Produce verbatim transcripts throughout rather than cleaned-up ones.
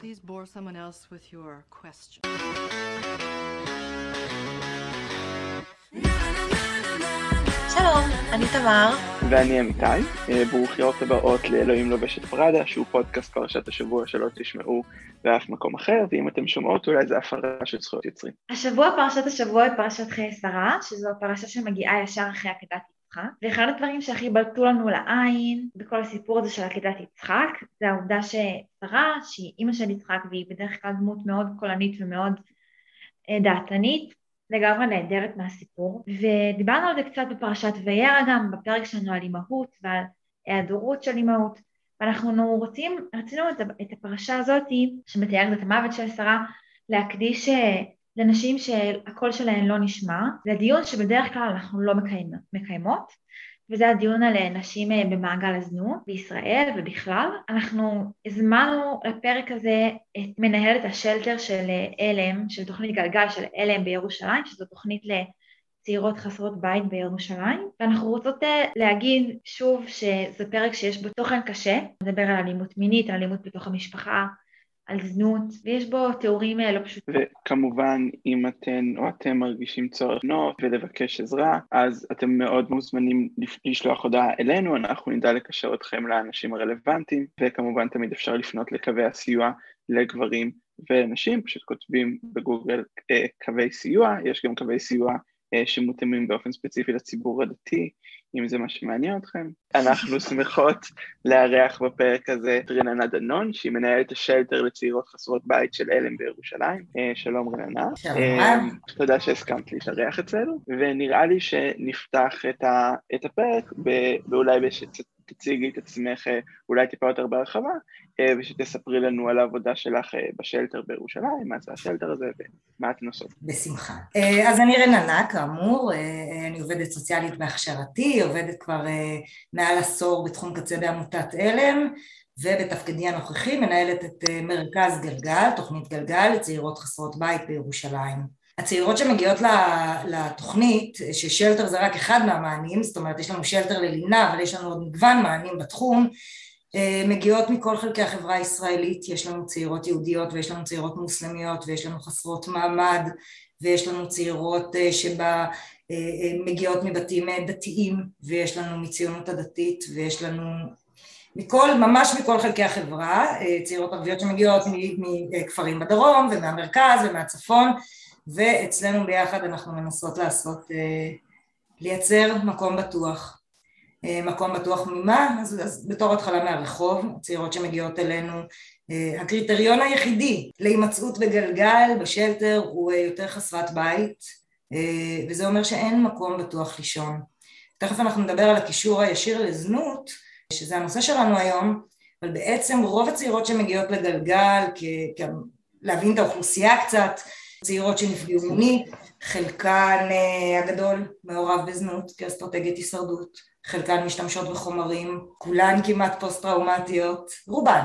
Please bore someone else with your question. שלום, אני תמר. ואני אמיתי. ברוכות הבאות לאלוהים לובשת פרדה, שהוא פודקאסט פרשת השבוע שלא תשמעו באף מקום אחר, ואם אתם שומעות אולי זה הפרה של זכויות יוצרים. השבוע פרשת השבוע היא פרשת חיי שרה, שזו פרשה שמגיעה ישר אחרי עקדת יצחק, ואחד הדברים שהכי בלטו לנו לעין בכל הסיפור הזה של עקדת יצחק, זה העובדה ששרה, שהיא אימא של יצחק, והיא בדרך כלל דמות מאוד קולנית ומאוד דעתנית, לגמרי נהדרת מהסיפור, ודיברנו על זה קצת בפרשת וירא גם, בפרק שלנו על אימהות ועל היעדרות של אימהות, ואנחנו רוצים, רצינו את הפרשה הזאת שמתארת את המוות של שרה, להקדיש לנשים שהקול שלהן לא נשמע, זה דיון שבדרך כלל אנחנו לא מקיימות, וזה הדיון על נשים במעגל הזנות בישראל ובכלל. אנחנו הזמנו לפרק הזה את מנהלת השלטר של אלם, של תוכנית גלגל של אלם בירושלים, שזו תוכנית לצעירות חסרות בית בירושלים, ואנחנו רוצות להגיד שוב שזה פרק שיש בו תוכן קשה, נדבר על אלימות מינית, על אלימות בתוך המשפחה, על זנות, ויש בו תיאורים לא פשוטים. וכמובן, אם אתן או אתם מרגישים צורך לפנות ולבקש עזרה, אז אתם מאוד מוזמנים לשלוח הודעה אלינו, אנחנו נדע לקשר אתכם לאנשים הרלוונטיים, וכמובן תמיד אפשר לפנות לקווי הסיוע לגברים ונשים, פשוט כותבים בגוגל אה, קווי סיוע, יש גם קווי סיוע אה, שמותאמים באופן ספציפי לציבור הדתי, אם זה מה שמעניין אתכם. אנחנו שמחות לארח בפרק הזה את רננה דנון, שהיא מנהלת השלטר לצעירות חסרות בית של אלם בירושלים. שלום רננה. שלום. תודה שהסכמת להתארח אצלנו, ונראה לי שנפתח את, ה, את הפרק, ואולי שתציגי את עצמך אולי טיפה יותר בהרחבה, ושתספרי לנו על העבודה שלך בשלטר בירושלים, מה זה השלטר הזה ומה את נוסעות. בשמחה. אז אני רננה, כאמור, אני עובדת סוציאלית בהכשרתי, עובדת כבר מעל עשור בתחום קצה בעמותת אלם, ובתפקידי הנוכחי מנהלת את מרכז גלגל, תוכנית גלגל לצעירות חסרות בית בירושלים. הצעירות שמגיעות לתוכנית, ששלטר זה רק אחד מהמענים, זאת אומרת יש לנו שלטר ללינה, אבל יש לנו עוד מגוון מענים בתחום, מגיעות מכל חלקי החברה הישראלית, יש לנו צעירות יהודיות ויש לנו צעירות מוסלמיות ויש לנו חסרות מעמד, ויש לנו צעירות שבה מגיעות מבתים דתיים, ויש לנו מציונות הדתית, ויש לנו מכל, ממש מכל חלקי החברה, צעירות ערביות שמגיעות מכפרים בדרום ומהמרכז ומהצפון, ואצלנו ביחד אנחנו מנסות לעשות, לייצר מקום בטוח. מקום בטוח ממה? אז, אז בתור התחלה מהרחוב, צעירות שמגיעות אלינו, הקריטריון היחידי להימצאות בגלגל, בשלטר, הוא יותר חסרת בית, וזה אומר שאין מקום בטוח לישון. תכף אנחנו נדבר על הקישור הישיר לזנות, שזה הנושא שלנו היום, אבל בעצם רוב הצעירות שמגיעות לגלגל, כ- כ- להבין את האוכלוסייה קצת, צעירות שנפגעו מינית, חלקן הגדול מעורב בזנות כאסטרטגיית הישרדות, חלקן משתמשות בחומרים, כולן כמעט פוסט-טראומטיות, רובן.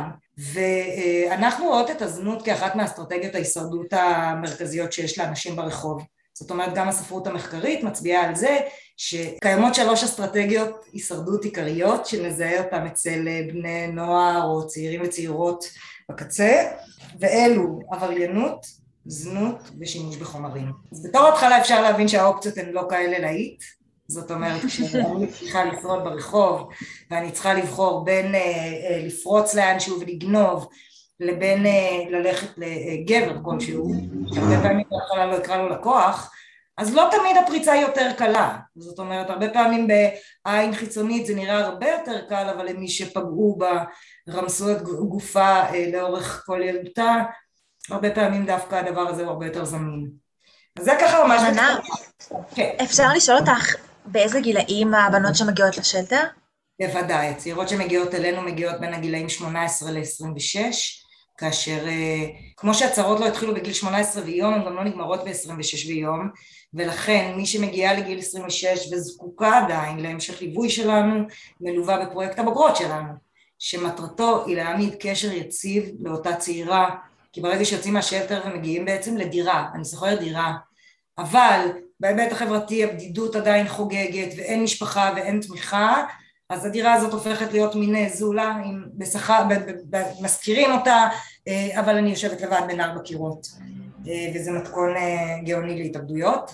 ואנחנו רואות את הזנות כאחת מהאסטרטגיות ההישרדות המרכזיות שיש לאנשים ברחוב. זאת אומרת, גם הספרות המחקרית מצביעה על זה שקיימות שלוש אסטרטגיות הישרדות עיקריות שנזהה אותם אצל בני נוער או צעירים וצעירות בקצה, ואלו עבריינות, זנות ושימוש בחומרים. אז בתור התחלה אפשר להבין שהאופציות הן לא כאלה להיט, זאת אומרת כשאני צריכה לשרוד ברחוב ואני צריכה לבחור בין לפרוץ לאנשהו ולגנוב, לבין ללכת לגבר כלשהו, שהרבה פעמים בהתחלה לא יקרא לו לקוח, אז לא תמיד הפריצה היא יותר קלה. זאת אומרת, הרבה פעמים בעין חיצונית זה נראה הרבה יותר קל, אבל למי שפגעו בה, רמסו את גופה לאורך כל ילדותה, הרבה פעמים דווקא הדבר הזה הוא הרבה יותר זמין. אז זה ככה ממש... רננה, אפשר לשאול אותך באיזה גילאים הבנות שמגיעות לשלטר? בוודאי, הצעירות שמגיעות אלינו מגיעות בין הגילאים שמונה עשרה ל-עשרים ושש, כאשר כמו שהצהרות לא התחילו בגיל שמונה עשרה ויום, הן גם לא נגמרות ב-עשרים ושש ויום, ולכן מי שמגיעה לגיל עשרים ושש וזקוקה עדיין להמשך ליווי שלנו, מלווה בפרויקט הבוגרות שלנו, שמטרתו היא להעמיד קשר יציב לאותה צעירה, כי ברגע שיוצאים מהשלטר ומגיעים בעצם לדירה, אני זוכרת דירה, אבל בהיבט החברתי הבדידות עדיין חוגגת ואין משפחה ואין תמיכה, אז הדירה הזאת הופכת להיות מין זולה, עם בשכר, מזכירים אותה, אבל אני יושבת לבד בין ארבע קירות, וזה מתכון גאוני להתאבדויות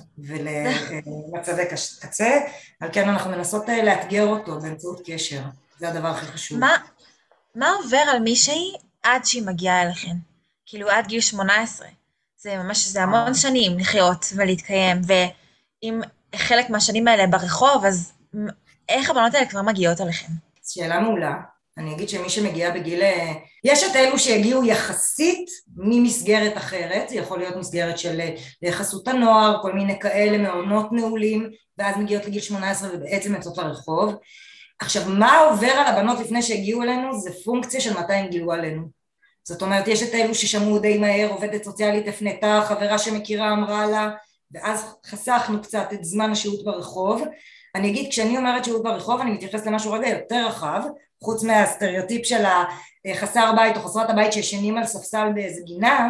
ולמצבי קצה, על כן אנחנו מנסות לאתגר אותו באמצעות קשר, זה הדבר הכי חשוב. מה, מה עובר על מישהי עד שהיא מגיעה אליכם? כאילו עד גיל שמונה עשרה, זה ממש, זה המון שנים לחיות ולהתקיים, ואם חלק מהשנים האלה ברחוב, אז איך הבנות האלה כבר מגיעות עליכם? שאלה מעולה. אני אגיד שמי שמגיע בגיל... יש את אלו שהגיעו יחסית ממסגרת אחרת, זה יכול להיות מסגרת של חסות הנוער, כל מיני כאלה מעונות נעולים, ואז מגיעות לגיל שמונה עשרה ובעצם יוצאות לרחוב. עכשיו, מה עובר על הבנות לפני שהגיעו אלינו? זה פונקציה של מתי הם גילו עלינו. זאת אומרת, יש את אלו ששמעו די מהר, עובדת סוציאלית הפנתה, חברה שמכירה אמרה לה, ואז חסכנו קצת את זמן השהות ברחוב. אני אגיד, כשאני אומרת שהות ברחוב, אני מתייחס למשהו רגע יותר רחב, חוץ מהסטריאוטיפ של החסר בית או חסרת הבית שישנים על ספסל באיזה גינה,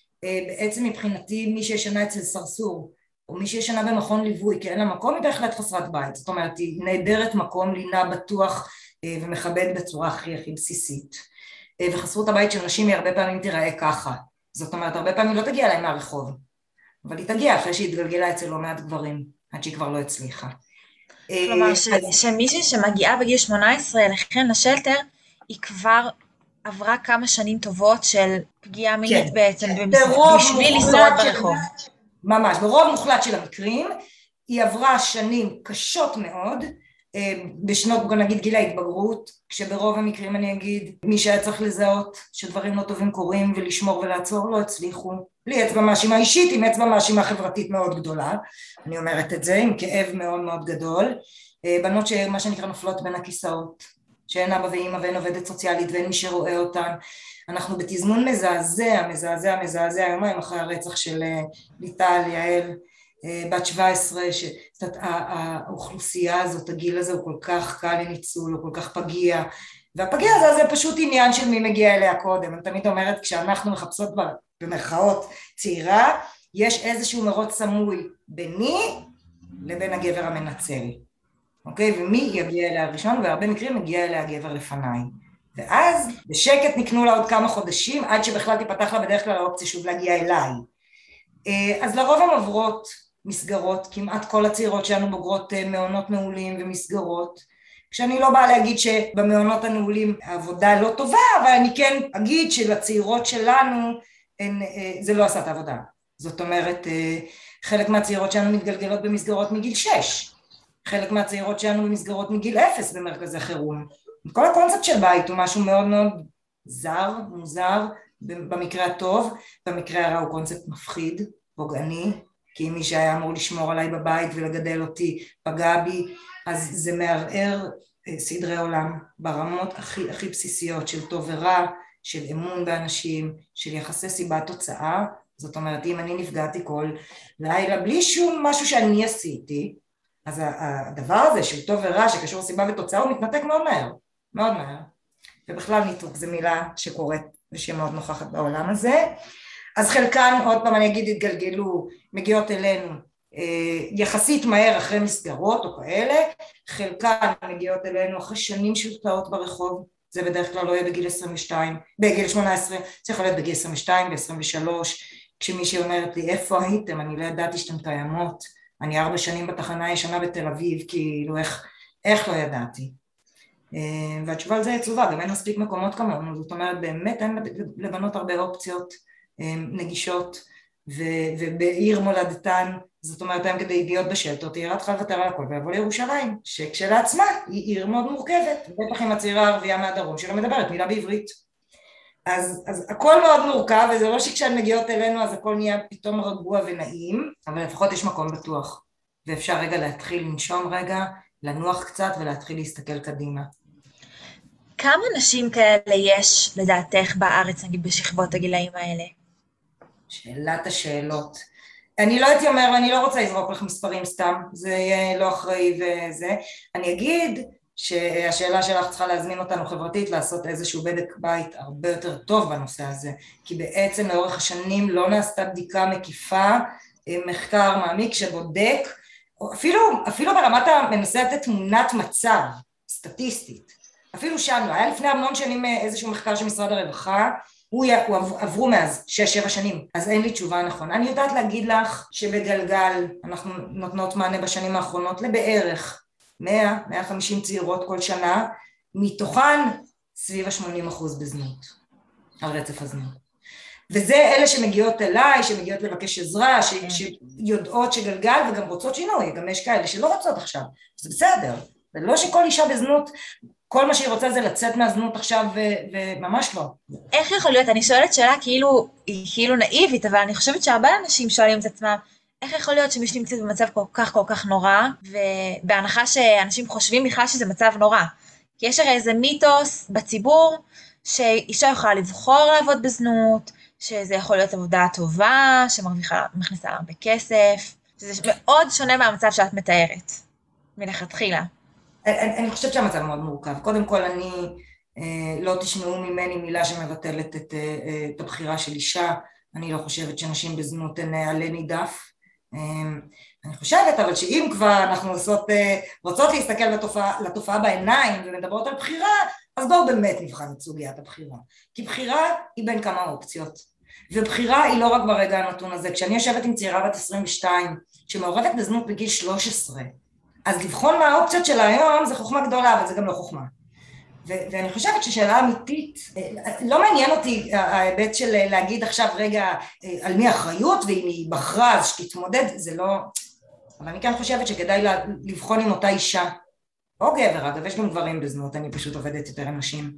בעצם מבחינתי מי שישנה אצל סרסור, או מי שישנה במכון ליווי, כי אין לה מקום, היא בהחלט חסרת בית, זאת אומרת, היא נהדרת מקום, לינה בטוח ומכבד בצורה הכי הכי בסיסית. וחסרות הבית של נשים היא הרבה פעמים תיראה ככה, זאת אומרת, הרבה פעמים לא תגיע להם מהרחוב, אבל היא תגיע אחרי שהיא התגלגלה אצל לא מעט גברים, עד שהיא כבר לא הצליחה. כלומר, שמישהי שמגיעה בגיל שמונה עשרה אליכם לשלטר, היא כבר עברה כמה שנים טובות של פגיעה מינית בעצם, בשביל לשרוד ברחוב. ממש, ברוב מוחלט של המקרים, היא עברה שנים קשות מאוד, בשנות, בוא נגיד, גיל ההתבגרות, כשברוב המקרים אני אגיד, מי שהיה צריך לזהות שדברים לא טובים קורים ולשמור ולעצור, לא הצליחו. בלי אצבע מאשימה אישית, עם אצבע מאשימה חברתית מאוד גדולה, אני אומרת את זה, עם כאב מאוד מאוד גדול, בנות שמה שנקרא נופלות בין הכיסאות, שאין אבא ואמא ואין עובדת סוציאלית ואין מי שרואה אותן, אנחנו בתזמון מזעזע, מזעזע, מזעזע, יומיים אחרי הרצח של ליטל, יעל, בת שבע עשרה, שהאוכלוסייה הזאת, הגיל הזה הוא כל כך קל לניצול, הוא כל כך פגיע, והפגיע הזה זה פשוט עניין של מי מגיע אליה קודם, אני תמיד אומרת, כשאנחנו מחפשות במרכאות צעירה, יש איזשהו מרוץ סמוי ביני לבין הגבר המנצל, אוקיי? ומי יגיע אליה הראשון, והרבה מקרים מגיע אליה הגבר לפניי. ואז בשקט נקנו לה עוד כמה חודשים, עד שבכלל תיפתח לה בדרך כלל האופציה שוב להגיע אליי. אז לרוב הן עוברות מסגרות, כמעט כל הצעירות שלנו בוגרות מעונות נעולים ומסגרות, כשאני לא באה להגיד שבמעונות הנעולים העבודה לא טובה, אבל אני כן אגיד שלצעירות שלנו אין, זה לא עשה את העבודה. זאת אומרת, חלק מהצעירות שלנו מתגלגלות במסגרות מגיל שש, חלק מהצעירות שלנו במסגרות מגיל אפס במרכזי חירום. כל הקונספט של בית הוא משהו מאוד מאוד זר, מוזר, במקרה הטוב, במקרה הרע הוא קונספט מפחיד, פוגעני, כי מי שהיה אמור לשמור עליי בבית ולגדל אותי פגע בי, אז זה מערער סדרי עולם ברמות הכי, הכי בסיסיות של טוב ורע, של אמון באנשים, של יחסי סיבה תוצאה. זאת אומרת, אם אני נפגעתי כל לילה בלי שום משהו שאני עשיתי, אז הדבר הזה של טוב ורע שקשור לסיבה ותוצאה הוא מתנתק מאוד מהר, מאוד מהר. ובכלל ניתוק זו מילה שקורית ושמאוד נוכחת בעולם הזה. אז חלקן, עוד פעם אני אגיד, התגלגלו, מגיעות אלינו יחסית מהר אחרי מסגרות או כאלה, חלקן מגיעות אלינו אחרי שנים של תלאות ברחוב, זה בדרך כלל לא יהיה בגיל עשרים ושתיים, בגיל שמונה עשרה, צריך להיות בגיל עשרים ושתיים, ב-עשרים ושלוש, כשמישהי אומרת לי, איפה הייתם? אני לא ידעתי שאתם קיימות, אני ארבע שנים בתחנה הישנה בתל אביב, כאילו איך, איך לא ידעתי? והתשובה על זה עצובה, גם אין מספיק מקומות כמונו, זאת אומרת, באמת אין לבנות הרבה אופציות נגישות, ובעיר מולדתן, זאת אומרת, הם כדי להיות בשלטר, תהיה צריכה לוותר על הכל ולבוא לירושלים, שכשלעצמה היא עיר מאוד מורכבת, בטח עם הצעירה הערבייה מהדרום, שלא מדברת מילה בעברית. אז, אז הכל מאוד מורכב, וזה לא שכשהן מגיעות אלינו, אז הכל נהיה פתאום רגוע ונעים, אבל לפחות יש מקום בטוח, ואפשר רגע להתחיל לנשום רגע, לנוח קצת ולהתחיל להסתכל קדימה. כמה נשים כאלה יש לדעתך בארץ, נגיד בשכבות הגילאים האלה? שאלת השאלות. אני לא הייתי אומר, ואני לא רוצה לזרוק לך מספרים סתם, זה יהיה לא אחראי וזה. אני אגיד שהשאלה שלך צריכה להזמין אותנו חברתית, לעשות איזשהו בדק בית הרבה יותר טוב בנושא הזה, כי בעצם לאורך השנים לא נעשתה בדיקה מקיפה, מחקר מעמיק שבודק, אפילו, אפילו ברמת המנסה לתת תמונת מצב, סטטיסטית. אפילו שם לא, היה לפני המון שנים איזשהו מחקר של משרד הרווחה, הוא, הוא עברו מאז שש, שבע שנים, אז אין לי תשובה נכונה. אני יודעת להגיד לך שבגלגל אנחנו נותנות מענה בשנים האחרונות לבערך מאה, מאה וחמישים צעירות כל שנה, מתוכן סביב ה-שמונים אחוז בזנות, על רצף הזנות. וזה אלה שמגיעות אליי, שמגיעות לבקש עזרה, ש, שיודעות שגלגל וגם רוצות שינוי, גם יש כאלה שלא רוצות עכשיו, זה בסדר, זה לא שכל אישה בזנות, כל מה שהיא רוצה זה לצאת מהזנות עכשיו, ו- וממש לא. איך יכול להיות? אני שואלת שאלה כאילו, היא כאילו נאיבית, אבל אני חושבת שהרבה אנשים שואלים את עצמם, איך יכול להיות שמישהו נמצאת במצב כל כך כל כך נורא, ובהנחה שאנשים חושבים בכלל שזה מצב נורא. כי יש הרי איזה מיתוס בציבור, שאישה יכולה לבחור לעבוד בזנות, שזה יכול להיות עבודה טובה, שמכניסה הרבה כסף, שזה מאוד שונה מהמצב שאת מתארת, מלכתחילה. אני, אני חושבת שהמצב מאוד מורכב. קודם כל, אני אה, לא תשמעו ממני מילה שמבטלת את, אה, את הבחירה של אישה. אני לא חושבת שנשים בזנות הן עלה נידף. אה, אני חושבת, אבל שאם כבר אנחנו עושות, אה, רוצות להסתכל בתופעה, לתופעה בעיניים ומדברות על בחירה, אז בואו באמת נבחן את סוגיית הבחירה. כי בחירה היא בין כמה אופציות. ובחירה היא לא רק ברגע הנתון הזה. כשאני יושבת עם צעירה בת עשרים ושתיים, שמעורבת בזנות בגיל שלוש עשרה, אז לבחון מה האופציות שלה היום זה חוכמה גדולה, אבל זה גם לא חוכמה. ו- ואני חושבת ששאלה אמיתית, לא מעניין אותי ההיבט של להגיד עכשיו רגע על מי האחריות, ואם היא בחרה אז שתתמודד, זה לא... אבל אני כן חושבת שכדאי לבחון עם אותה אישה, או גבר, אגב, יש גם גברים בזנות, אני פשוט עובדת יותר עם נשים.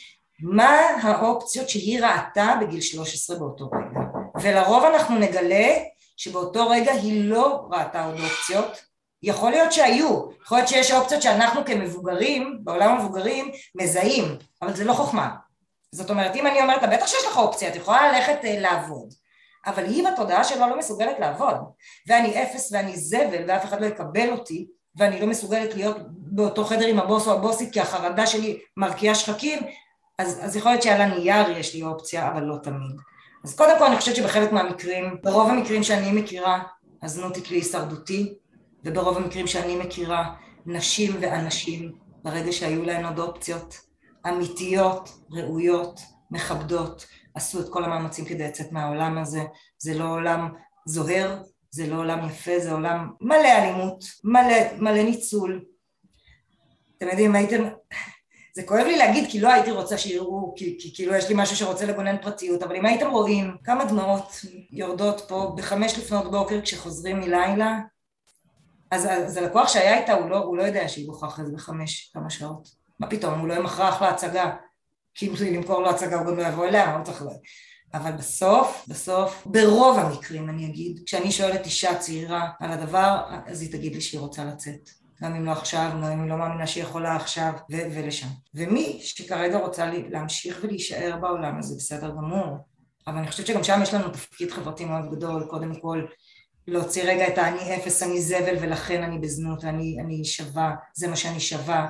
מה האופציות שהיא ראתה בגיל שלוש עשרה באותו רגע? ולרוב אנחנו נגלה שבאותו רגע היא לא ראתה עוד אופציות, יכול להיות שהיו, יכול להיות שיש אופציות שאנחנו כמבוגרים, בעולם המבוגרים, מזהים, אבל זה לא חוכמה. זאת אומרת, אם אני אומרת, בטח שיש לך אופציה, את יכולה ללכת uh, לעבוד, אבל היא בתודעה שלו לא מסוגלת לעבוד, ואני אפס ואני זבל, ואף אחד לא יקבל אותי, ואני לא מסוגלת להיות באותו חדר עם הבוס או הבוסית, כי החרדה שלי מרקיעה שחקים, אז, אז יכול להיות שעל הנייר יש לי אופציה, אבל לא תמיד. אז קודם כל אני חושבת שבחלק מהמקרים, ברוב המקרים שאני מכירה, הזנות היא כלי הישרדותי, וברוב המקרים שאני מכירה, נשים ואנשים, ברגע שהיו להן עוד אופציות, אמיתיות, ראויות, מכבדות, עשו את כל המאמצים כדי לצאת מהעולם הזה. זה לא עולם זוהר, זה לא עולם יפה, זה עולם מלא אלימות, מלא, מלא ניצול. אתם יודעים, הייתם... זה כואב לי להגיד, כי לא הייתי רוצה שיראו, כי, כי כאילו יש לי משהו שרוצה לגונן פרטיות, אבל אם הייתם רואים כמה דמעות יורדות פה בחמש לפנות בוקר כשחוזרים מלילה, אז, אז הלקוח שהיה איתה, הוא לא, הוא לא יודע שהיא בוכה אחרי זה בחמש, כמה שעות. מה פתאום, הוא לא ימכרח להצגה, כי אם היא למכור להצגה, הוא גם לא יבוא אליה, הוא צריך... אבל בסוף, בסוף, ברוב המקרים אני אגיד, כשאני שואלת אישה צעירה על הדבר, אז היא תגיד לי שהיא רוצה לצאת. גם אם לא עכשיו, גם אם היא לא מאמינה שהיא יכולה עכשיו, ו- ולשם. ומי שכרגע רוצה להמשיך ולהישאר בעולם הזה, בסדר גמור. אבל אני חושבת שגם שם יש לנו תפקיד חברתי מאוד גדול, קודם כל, להוציא רגע את אני אפס, אני זבל, ולכן אני בזנות, ואני אני שווה, זה מה שאני שווה.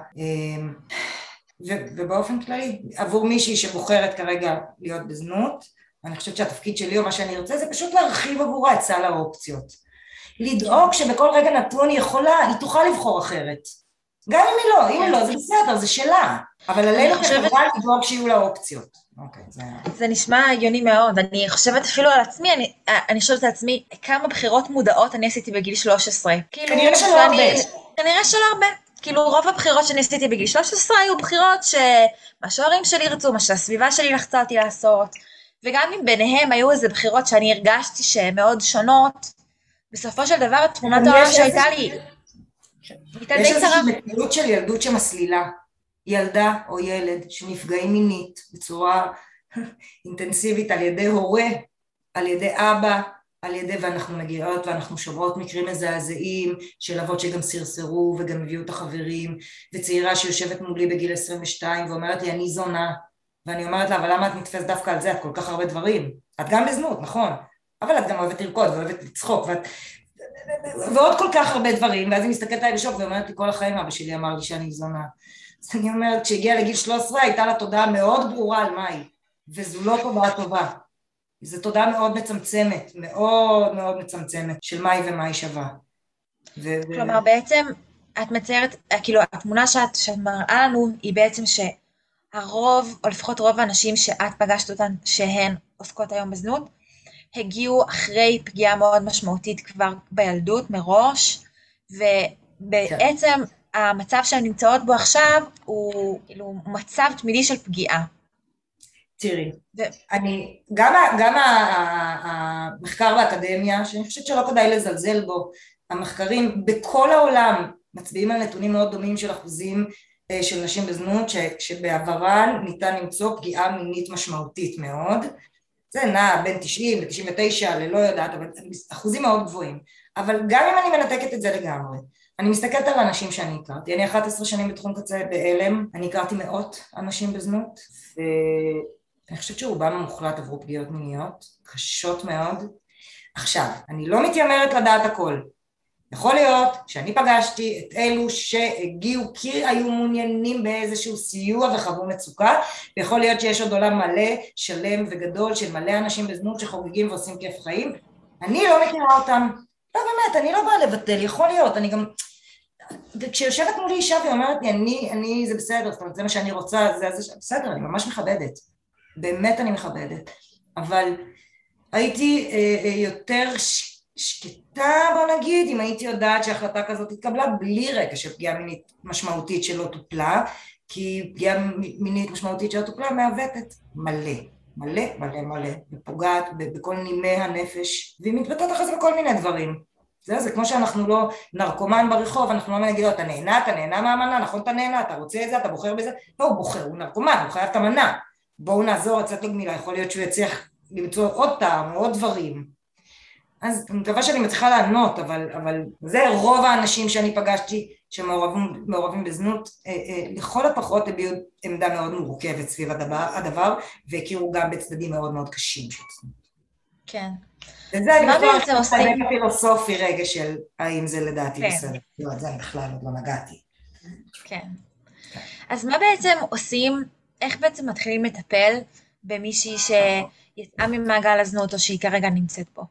ו- ובאופן כללי, עבור מישהי שבוחרת כרגע להיות בזנות, אני חושבת שהתפקיד שלי או מה שאני ארצה, זה פשוט להרחיב עבורה את סל האופציות. לדאוג שבכל רגע נתון היא יכולה, היא תוכל לבחור אחרת. גם אם היא לא, אם היא לא, זה בסדר, זה שלה. אבל עלינו כחברה לדאוג שיהיו לה אופציות. אוקיי, זה... זה נשמע הגיוני מאוד. אני חושבת אפילו על עצמי, אני, אני חושבת על עצמי, כמה בחירות מודעות אני עשיתי בגיל שלוש עשרה. כנראה שלא הרבה. כנראה שלא הרבה. כאילו רוב הבחירות שאני עשיתי בגיל שלוש עשרה היו בחירות שמה שההורים שלי רצו, מה שהסביבה שלי לחצה אותי לעשות. וגם אם ביניהם היו איזה בחירות שאני הרגשתי שהן מאוד שונות, בסופו של דבר, תמונת העולם שהייתה לי, הייתה די צרה. יש איזושהי מציאות של ילדות שמסלילה, ילדה או ילד שנפגעים מינית בצורה אינטנסיבית על ידי הורה, על ידי אבא, על ידי, ואנחנו מגיעות ואנחנו שומעות מקרים מזעזעים של אבות שגם סרסרו וגם הביאו את החברים, וצעירה שיושבת מולי בגיל עשרים ושתיים ואומרת לי, אני זונה, ואני אומרת לה, אבל למה את נתפס דווקא על זה? את כל כך הרבה דברים. את גם בזנות, נכון? אבל את גם אוהבת לרקוד ואוהבת לצחוק, ואת... ועוד כל כך הרבה דברים, ואז היא מסתכלת עליי בשוק ואומרת לי, כל החיים אבא שלי אמר לי שאני זונה. אז אני אומרת, כשהגיעה לגיל שלוש עשרה, הייתה לה תודעה מאוד ברורה על מה היא, וזו לא תודעה טובה. זו תודעה מאוד מצמצמת, מאוד מאוד מצמצמת, של מה היא ומה היא שווה. כלומר, בעצם, את מציירת, כאילו התמונה שאת, שאת מראה לנו היא בעצם שהרוב, או לפחות רוב האנשים שאת פגשת אותן, שהן עוסקות היום בזנות, הגיעו אחרי פגיעה מאוד משמעותית כבר בילדות מראש, ובעצם המצב שהן נמצאות בו עכשיו הוא כאילו מצב תמידי של פגיעה. תראי, אני, גם, גם המחקר באקדמיה, שאני חושבת שלא כדאי לזלזל בו, המחקרים בכל העולם מצביעים על נתונים מאוד דומים של אחוזים של נשים בזנות, שבעברן ניתן למצוא פגיעה מינית משמעותית מאוד, זה נע בין תשעים ל-תשעים ותשע ללא יודעת, אבל אחוזים מאוד גבוהים, אבל גם אם אני מנתקת את זה לגמרי, אני מסתכלת על האנשים שאני הכרתי, אני אחת עשרה שנים בתחום קצה בעלם, אני הכרתי מאות אנשים בזנות, ואני חושבת שרובם המוחלט עברו פגיעות מיניות, קשות מאוד. עכשיו, אני לא מתיימרת לדעת הכל, יכול להיות שאני פגשתי את אלו שהגיעו כי היו מעוניינים באיזשהו סיוע וחוו מצוקה, ויכול להיות שיש עוד עולם מלא, שלם וגדול של מלא אנשים בזנות שחוגגים ועושים כיף חיים, אני לא מכירה אותם, לא באמת, אני לא באה לבטל, יכול להיות, אני גם, כשיושבת מולי אישה ואומרת לי, אני, אני, זה בסדר, זאת אומרת, זה מה שאני רוצה, זה, זה, בסדר, אני ממש מכבדת, באמת אני מכבדת, אבל הייתי אה, אה, יותר ש... שקטה, בוא נגיד, אם הייתי יודעת שההחלטה כזאת התקבלה בלי רקע של פגיעה מינית משמעותית שלא טופלה, כי פגיעה מינית משמעותית שלא טופלה מעוותת מלא, מלא, מלא, מלא, ופוגעת בכל נימי הנפש, והיא מתבטאת אחרי זה בכל מיני דברים. זה, זה כמו שאנחנו לא נרקומן ברחוב, אנחנו לא נגיד לו, אתה נהנה, אתה נהנה מהמנה, נכון, אתה נהנה, אתה רוצה את זה, אתה בוחר בזה, לא, הוא בוחר, הוא נרקומן, הוא חייב את המנה, בואו נעזור, לצאת לגמילה, יכול להיות שהוא יצליח למצוא עוד טעם, עוד דברים. אז אני מקווה שאני מצליחה לענות, אבל, אבל זה רוב האנשים שאני פגשתי שמעורבים מעורבים בזנות, אה, אה, לכל הפחות הביאו עמדה מאוד מורכבת סביב הדבר, הדבר והכירו גם בצדדים מאוד מאוד קשים של זנות. כן. וזה אני מה בעצם בכלל עושים? פילוסופי רגע של האם זה לדעתי כן. בסדר. לא, זה אני בכלל עוד לא נגעתי. כן. אז מה בעצם עושים, איך בעצם מתחילים לטפל במישהי שיצאה ממעגל הזנות או שהיא כרגע נמצאת פה?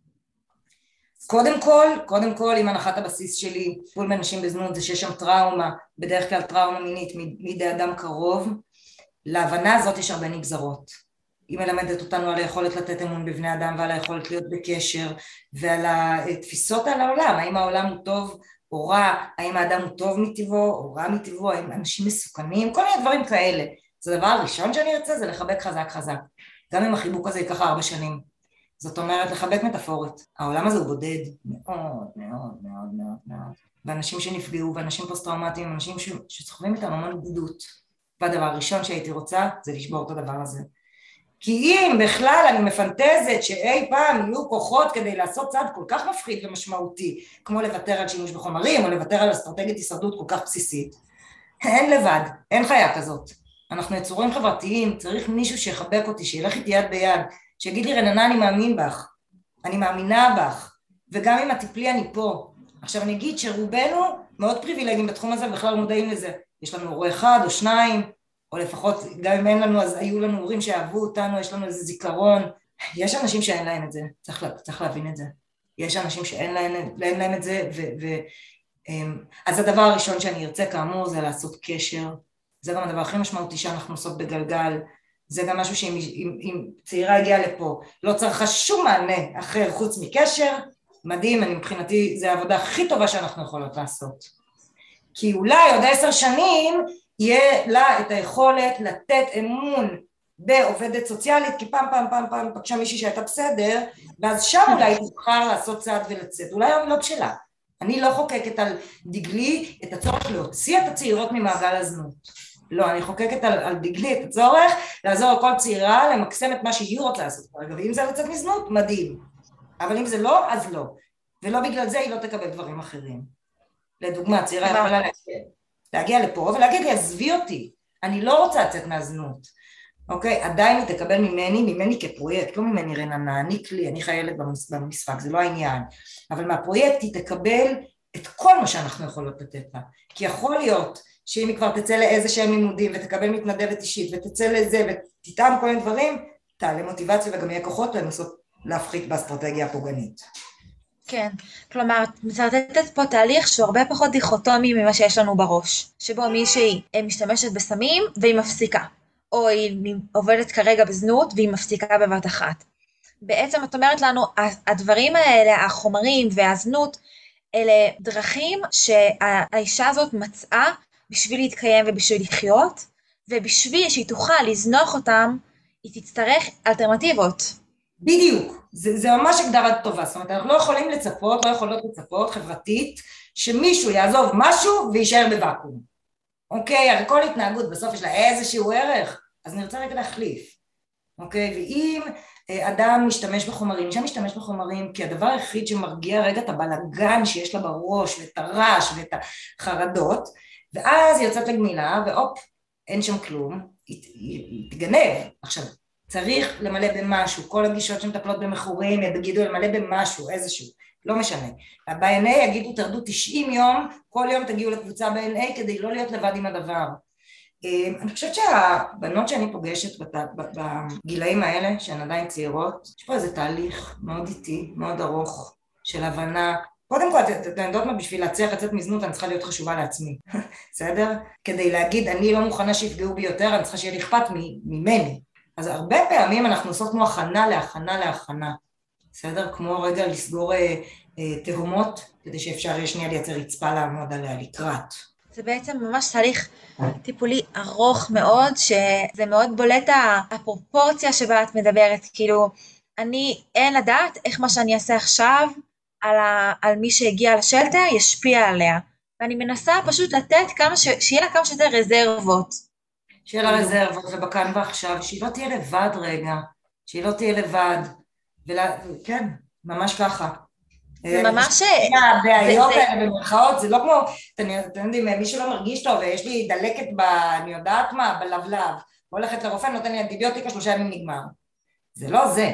קודם כל, קודם כל, אם הנחת הבסיס שלי, טיפול באנשים בזנות, זה שיש שם טראומה, בדרך כלל טראומה מינית מידי אדם קרוב, להבנה הזאת יש הרבה נגזרות. היא מלמדת אותנו על היכולת לתת אמון בבני אדם ועל היכולת להיות בקשר, ועל התפיסות על העולם, האם העולם הוא טוב או רע, האם האדם הוא טוב מטבעו או רע מטבעו, האם אנשים מסוכנים, כל מיני דברים כאלה. זה הדבר הראשון שאני ארצה, זה לחבק חזק חזק. גם אם החיבוק הזה ייקח ארבע שנים. זאת אומרת, לחבק מטאפורית. העולם הזה הוא בודד מאוד, מאוד, מאוד, מאוד, מאוד. ואנשים שנפגעו, ואנשים פוסט-טראומטיים, אנשים שסוחבים איתם המון בדידות. והדבר הראשון שהייתי רוצה, זה לשבור את הדבר הזה. כי אם בכלל אני מפנטזת שאי פעם יהיו כוחות כדי לעשות צעד כל כך מפחיד ומשמעותי, כמו לוותר על שימוש בחומרים, או לוותר על אסטרטגיית הישרדות כל כך בסיסית, אין לבד, אין חיה כזאת. אנחנו יצורים חברתיים, צריך מישהו שיחבק אותי, שילך איתי יד ביד, שיגיד לי, רננה, אני מאמין בך, אני מאמינה בך, וגם אם את תפלי אני פה. עכשיו אני אגיד שרובנו מאוד פריבילגיים בתחום הזה, ובכלל מודעים לזה. יש לנו הורה אחד או שניים, או לפחות גם אם אין לנו, אז היו לנו הורים שאהבו אותנו, יש לנו איזה זיכרון. יש אנשים שאין להם את זה, צריך, צריך להבין את זה. יש אנשים שאין להם, להם, להם את זה, ו, ו, אז הדבר הראשון שאני ארצה כאמור זה לעשות קשר. זה גם הדבר הכי משמעותי שאנחנו עושות בגלגל, זה גם משהו שאם אם, אם צעירה הגיעה לפה, לא צריכה שום מענה אחר חוץ מקשר, מדהים, אני מבחינתי, זה העבודה הכי טובה שאנחנו יכולות לעשות. כי אולי עוד עשר שנים, יהיה לה את היכולת לתת אמון בעובדת סוציאלית, כי פעם פעם פעם פעם פגשה מישהי שהייתה בסדר, ואז שם אולי תבחר לעשות צעד ולצאת, אולי היום לא בשלה. אני לא חוקקת על דגלי את הצורך להוציא את הצעירות ממעגל הזנות. לא, אני חוקקת על, על דגלי את הצורך, לעזור לכל צעירה, למקסם את מה שהיא רוצה לעשות. רגע, ואם זה לצאת מזנות, מדהים. אבל אם זה לא, אז לא. ולא בגלל זה היא לא תקבל דברים אחרים. לדוגמה, צעירה יכולה להגיע, להגיע לפה ולהגיד לי, עזבי אותי, אני לא רוצה לצאת מהזנות. אוקיי? עדיין היא תקבל ממני, ממני כפרויקט, לא ממני רננה, אני כלי, אני חיילת במשחק, זה לא העניין. אבל מהפרויקט היא תקבל את כל מה שאנחנו יכולות לתת לה. כי יכול להיות שאם היא כבר תצא לאיזה שהם לימודים ותקבל מתנדבת אישית ותצא לזה ותטעם כל מיני דברים, תעלה מוטיבציה וגם יהיה כוחות לנסות להפחית באסטרטגיה הפוגענית. כן, כלומר, את מצרטטת פה תהליך שהוא הרבה פחות דיכוטומי ממה שיש לנו בראש, שבו מישהי משתמשת בסמים והיא מפסיקה, או היא עובדת כרגע בזנות והיא מפסיקה בבת אחת. בעצם את אומרת לנו, הדברים האלה, החומרים והזנות, אלה דרכים שהאישה הזאת מצאה בשביל להתקיים ובשביל לחיות, ובשביל שהיא תוכל לזנוח אותם, היא תצטרך אלטרנטיבות. בדיוק, זה, זה ממש הגדרה טובה, זאת אומרת, אנחנו לא יכולים לצפות, לא יכולות לצפות חברתית, שמישהו יעזוב משהו וישאר בוואקום. אוקיי, הרי כל התנהגות בסוף יש לה איזשהו ערך, אז נרצה רגע להחליף. אוקיי, ואם אדם משתמש בחומרים, אישה משתמש בחומרים, כי הדבר היחיד שמרגיע רגע את הבלגן שיש לה בראש, ואת הרעש ואת החרדות, ואז היא יוצאת לגמילה, והופ, אין שם כלום, היא, היא, היא תגנב. עכשיו, צריך למלא במשהו, כל הגישות שמטפלות במכורים יגידו למלא במשהו, איזשהו, לא משנה. ב-אן איי יגידו תרדו תשעים יום, כל יום תגיעו לקבוצה ב-אן איי כדי לא להיות לבד עם הדבר. אני חושבת שהבנות שאני פוגשת בגילאים האלה, שהן עדיין צעירות, יש פה איזה תהליך מאוד איטי, מאוד ארוך, של הבנה. קודם כל, אתם יודעות מה, בשביל להצליח לצאת מזנות, אני צריכה להיות חשובה לעצמי, בסדר? כדי להגיד, אני לא מוכנה שיפגעו בי יותר, אני צריכה שיהיה לי אכפת ממני. אז הרבה פעמים אנחנו עושות כמו הכנה להכנה להכנה, בסדר? כמו רגע לסגור אה, אה, תהומות, כדי שאפשר יהיה שנייה לייצר רצפה לעמוד עליה לקראת. זה בעצם ממש תהליך טיפולי ארוך מאוד, שזה מאוד בולט הפרופורציה שבה את מדברת, כאילו, אני אין לדעת איך מה שאני אעשה עכשיו על, ה, על מי שהגיע לשלטר ישפיע עליה, ואני מנסה פשוט לתת כמה ש, שיהיה לה כמה שיותר רזרבות. שיהיה לה רזרבות ובכאן ועכשיו, שהיא לא תהיה לבד רגע, שהיא לא תהיה לבד, ולה, כן, ממש ככה. זה ממש... הבעיות האלה במרכאות, זה לא כמו, אתם יודעים, מי שלא מרגיש טוב, ויש לי דלקת ב... אני יודעת מה, בלבלב, הולכת לרופא, נותן לי אנטיביוטיקה, שלושה ימים נגמר. זה לא זה.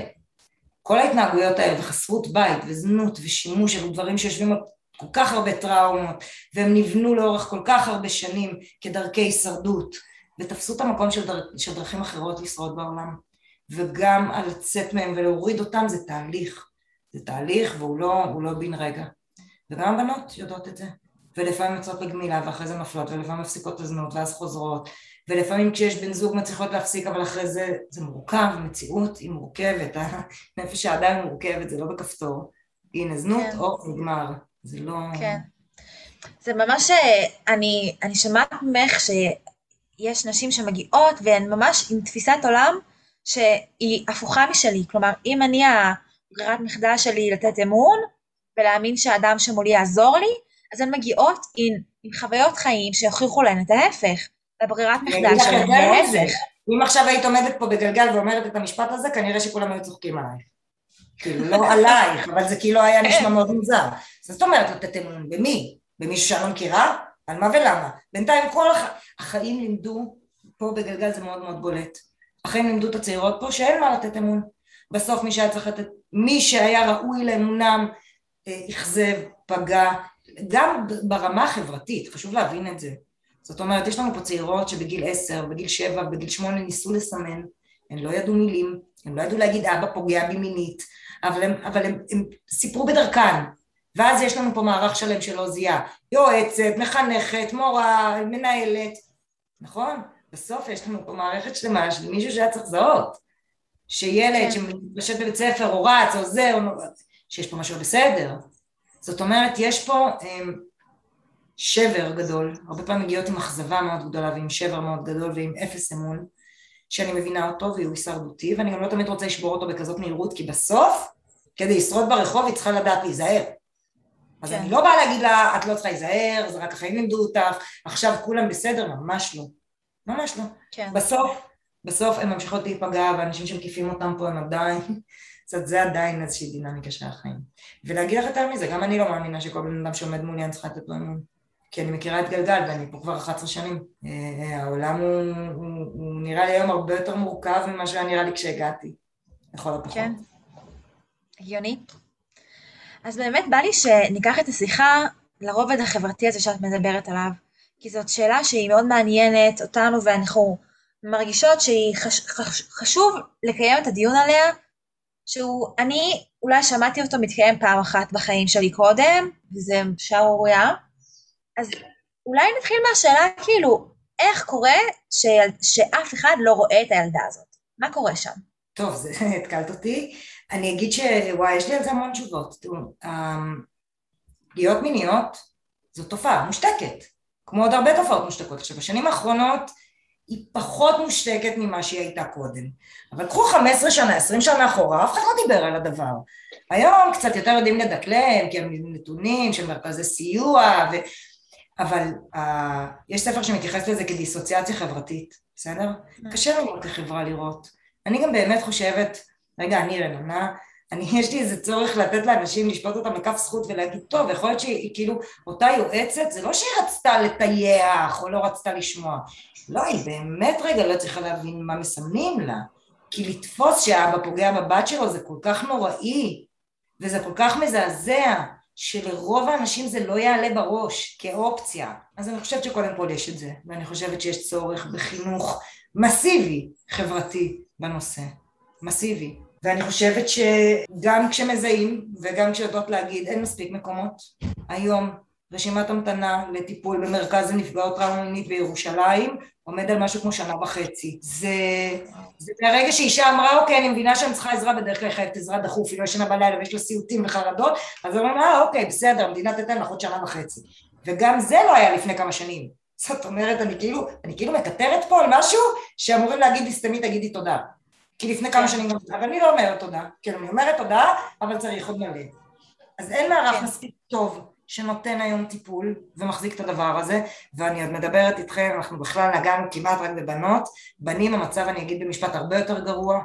כל ההתנהגויות האלה, וחסרות בית, וזנות, ושימוש, אלו דברים שיושבים על כל כך הרבה טראומות, והם נבנו לאורך כל כך הרבה שנים כדרכי הישרדות, ותפסו את המקום של, דר... של דרכים אחרות לשרוד בעולם. וגם על לצאת מהם ולהוריד אותם זה תהליך. זה תהליך והוא לא, הוא לא בין רגע. וגם הבנות יודעות את זה. ולפעמים יוצאות לגמילה ואחרי זה נופלות, ולפעמים מפסיקות את הזנות ואז חוזרות. ולפעמים כשיש בן זוג מצליחות להפסיק, אבל אחרי זה זה מורכב, המציאות היא מורכבת, הנפש האדם מורכבת, זה לא בכפתור. הנה זנות כן. או נגמר. זה לא... כן. זה ממש, אני, אני שמעת ממך שיש נשים שמגיעות והן ממש עם תפיסת עולם שהיא הפוכה משלי. כלומר, אם אני הברירת מחדל שלי לתת אמון ולהאמין שהאדם שמולי יעזור לי, אז הן מגיעות עם, עם חוויות חיים שיוכיחו להן את ההפך. לברירת מחדל שלהן להפך. אם עכשיו היית עומדת פה בגלגל ואומרת את המשפט הזה, כנראה שכולם היו צוחקים עלייך. כאילו, לא עלייך, אבל זה כאילו היה נשמע מאוד מוזר. זאת אומרת, לתת אמון במי? במישהו שאני לא מכירה? על מה ולמה? בינתיים כל הח... החיים לימדו, פה בגלגל זה מאוד מאוד בולט, החיים לימדו את הצעירות פה שאין מה לתת אמון. בסוף מי שהיה צריך לתת, מי שהיה ראוי לאמונם, יחזב, פגע, גם ברמה החברתית, חשוב להבין את זה. זאת אומרת, יש לנו פה צעירות שבגיל עשר, בגיל שבע, בגיל שמונה ניסו לסמן, הם לא ידעו מילים, הם לא ידעו להגיד אבא פוגע בי מינית, אבל הם, אבל הם, הם סיפרו בדרכן, ואז יש לנו פה מערך שלם שלא זיהה, יועצת, מחנכת, מורה, מנהלת, נכון? בסוף יש לנו פה מערכת שלמה של מישהו שהיה צריך זהות, שילד שמתפשט בבית ספר או רץ או זה, או... שיש פה משהו בסדר. זאת אומרת, יש פה הם, שבר גדול, הרבה פעמים מגיעות עם אכזבה מאוד גדולה ועם שבר מאוד גדול ועם אפס אמון, שאני מבינה אותו והוא הישרדותי, ואני גם לא תמיד רוצה לשבור אותו בכזאת מהירות, כי בסוף, כדי לשרוד ברחוב, היא צריכה לדעת להיזהר. אז אני לא באה להגיד לה, את לא צריכה להיזהר, זה רק החיים לימדו אותך, עכשיו כולם בסדר, ממש לא. ממש לא. כן. בסוף, בסוף הם ממשיכות להיפגע, ואנשים שמקיפים אותם פה הם עדיין, זאת זה עדיין איזושהי דינמיקה של החיים. ולהגיד לך יותר מזה, גם אני לא מאמינה שכל בן אדם שעומד מולי אני צריכה לתת לו אמון. כי אני מכירה את גלגל, ואני פה כבר אחת עשרה שנים. העולם הוא, הוא, הוא נראה לי היום הרבה יותר מורכב ממה שהיה נראה לי כשהגעתי. לכל הפחות. כן. הגיוני. אז באמת בא לי שניקח את השיחה לרובד החברתי הזה שאת מדברת עליו, כי זאת שאלה שהיא מאוד מעניינת אותנו, ואנחנו מרגישות שהיא חש, חש, חשוב לקיים את הדיון עליה, שהוא, אני אולי שמעתי אותו מתקיים פעם אחת בחיים שלי קודם, וזה שערוריה, אז אולי נתחיל מהשאלה כאילו, איך קורה שילד, שאף אחד לא רואה את הילדה הזאת? מה קורה שם? טוב, זה התקלת אותי. אני אגיד שוואי, יש לי על זה המון תשובות. פגיעות מיניות זו תופעה מושתקת, כמו עוד הרבה תופעות מושתקות. עכשיו, בשנים האחרונות היא פחות מושתקת ממה שהיא הייתה קודם. אבל קחו חמש עשרה שנה, עשרים שנה אחורה, אף אחד לא דיבר על הדבר. היום קצת יותר יודעים לדקלם, כי הם נתונים של מרכזי סיוע, ו... אבל uh, יש ספר שמתייחס לזה כדיסוציאציה חברתית, בסדר? קשה לנו כחברה לראות. אני גם באמת חושבת, רגע, אני רננה, אני, יש לי איזה צורך לתת לאנשים, לשפוט אותם לכף זכות ולהגיד, טוב, יכול להיות שהיא כאילו, אותה יועצת, זה לא שהיא רצתה לטייח או לא רצתה לשמוע. לא, היא באמת רגע לא צריכה להבין מה מסמנים לה, כי לתפוס שהאבא פוגע בבת שלו זה כל כך נוראי, וזה כל כך מזעזע, שלרוב האנשים זה לא יעלה בראש כאופציה. אז אני חושבת שקודם כל יש את זה, ואני חושבת שיש צורך בחינוך מסיבי חברתי בנושא, מסיבי. ואני חושבת שגם כשמזהים וגם כשיודעות להגיד, אין מספיק מקומות. היום רשימת המתנה לטיפול במרכז לנפגעות טראומה מינית בירושלים, עומד על משהו כמו שנה וחצי. זה, זה ברגע שאישה אמרה, אוקיי, אני מבינה שאני צריכה עזרה, בדרך כלל חייבת עזרה דחוף, היא לא ישנה בלילה ויש לה סיוטים וחרדות, אז אני אומרת, אה, אוקיי, בסדר, המדינה תתן לך עוד שנה וחצי. וגם זה לא היה לפני כמה שנים. זאת אומרת, אני כאילו, אני כאילו מקטרת פה על משהו שאמורים להגיד לי, סתמי, תגידי תודה. כי לפני כמה שנים, אבל אני לא אומרת תודה, כאילו אני אומרת תודה, אבל צריך עוד מלא. אז אין מערך מספיק טוב שנותן היום טיפול ומחזיק את הדבר הזה, ואני עוד מדברת איתכם, אנחנו בכלל נגענו כמעט רק בבנות, בנים המצב אני אגיד במשפט הרבה יותר גרוע,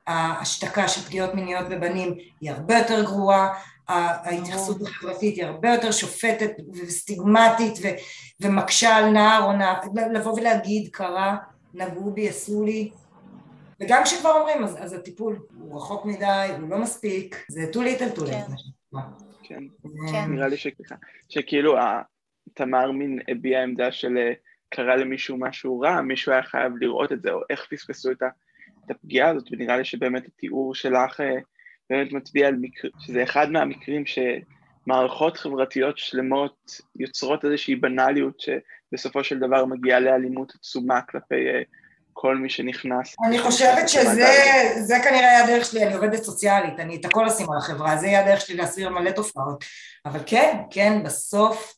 ההשתקה של פגיעות מיניות בבנים היא הרבה יותר גרועה, ההתייחסות החברתית היא הרבה יותר שופטת וסטיגמטית ומקשה על נער או נער, לבוא ולהגיד קרה, נגעו בי, עשו לי, וגם כשכבר אומרים, אז, אז הטיפול הוא רחוק מדי, הוא לא מספיק, זה too little too late. כן, נראה לי שככה, שכאילו תמר מין הביעה עמדה של קרה למישהו משהו רע, מישהו היה חייב לראות את זה, או איך פספסו את הפגיעה הזאת, ונראה לי שבאמת התיאור שלך באמת מצביע על מקרה, שזה אחד מהמקרים שמערכות חברתיות שלמות יוצרות איזושהי בנליות, שבסופו של דבר מגיעה לאלימות עצומה כלפי כל מי שנכנס. אני חושבת שזה זה כנראה היה הדרך שלי, אני עובדת סוציאלית, אני את הכל אשים על החברה, זה היה הדרך שלי להסביר מלא תופעות, אבל כן, כן, בסוף,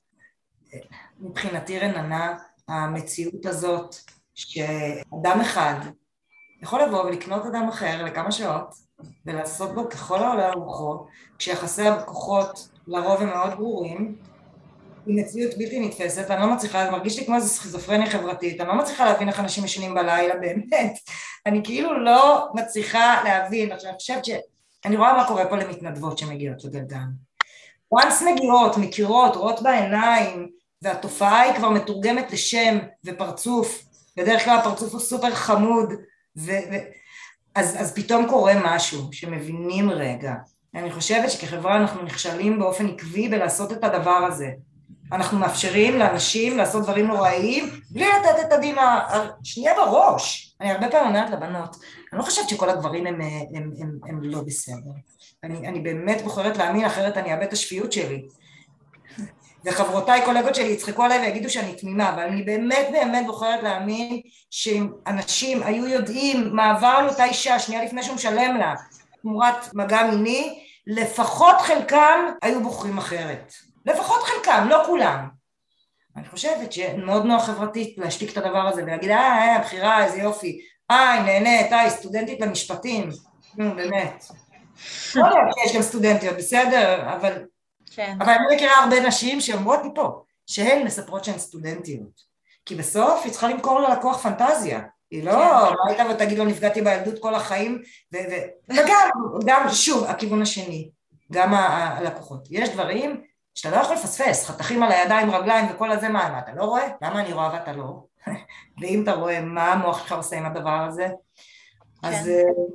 מבחינתי רננה, המציאות הזאת, שאדם אחד יכול לבוא ולקנות אדם אחר לכמה שעות, ולעשות בו ככל העולה רוחו, כשיחסי הכוחות לרוב הם מאוד ברורים, היא מציאות בלתי נתפסת, אני לא מצליחה, זה מרגיש לי כמו איזו סכיזופרניה חברתית, אני לא מצליחה להבין איך אנשים ישנים בלילה, באמת, אני כאילו לא מצליחה להבין, עכשיו אני חושבת שאני רואה מה קורה פה למתנדבות שמגיעות לגלגן, once מגיעות, מכירות, רואות בעיניים, והתופעה היא כבר מתורגמת לשם ופרצוף, בדרך כלל הפרצוף הוא סופר חמוד, ו... אז, אז פתאום קורה משהו שמבינים רגע, אני חושבת שכחברה אנחנו נכשלים באופן עקבי בלעשות את הדבר הזה, אנחנו מאפשרים לאנשים לעשות דברים נוראיים, בלי לתת את הדין השנייה בראש. אני הרבה פעמים אומרת לבנות, אני לא חושבת שכל הדברים הם, הם, הם, הם, הם לא בסדר. אני, אני באמת בוחרת להאמין, אחרת אני אאבד את השפיות שלי. וחברותיי, קולגות שלי, יצחקו עליי ויגידו שאני תמימה, אבל אני באמת באמת בוחרת להאמין שאם אנשים היו יודעים מה עבר לאותה אישה, שנייה לפני שהוא משלם לה, תמורת מגע מיני, לפחות חלקם היו בוחרים אחרת. לפחות חלקם, לא כולם. אני חושבת שמאוד נוח חברתית להשתיק את הדבר הזה ולהגיד, אה, אה, הבחירה, איזה יופי, אה, היא נהנית, אה, היא סטודנטית למשפטים, נו, באמת. לא יודע, יש גם סטודנטיות, בסדר, אבל... כן. אבל אני מכירה הרבה נשים שאומרות לי פה, שהן מספרות שהן סטודנטיות, כי בסוף היא צריכה למכור ללקוח פנטזיה, היא לא, מה הייתה ותגיד לו, נפגעתי בילדות כל החיים, וגם, גם, שוב, הכיוון השני, גם הלקוחות, יש דברים שאתה לא יכול לפספס, חתכים על הידיים, רגליים וכל הזה, מה, אתה לא רואה? למה אני רואה ואתה לא? ואם אתה רואה מה המוח שלך עושה עם הדבר הזה, אז...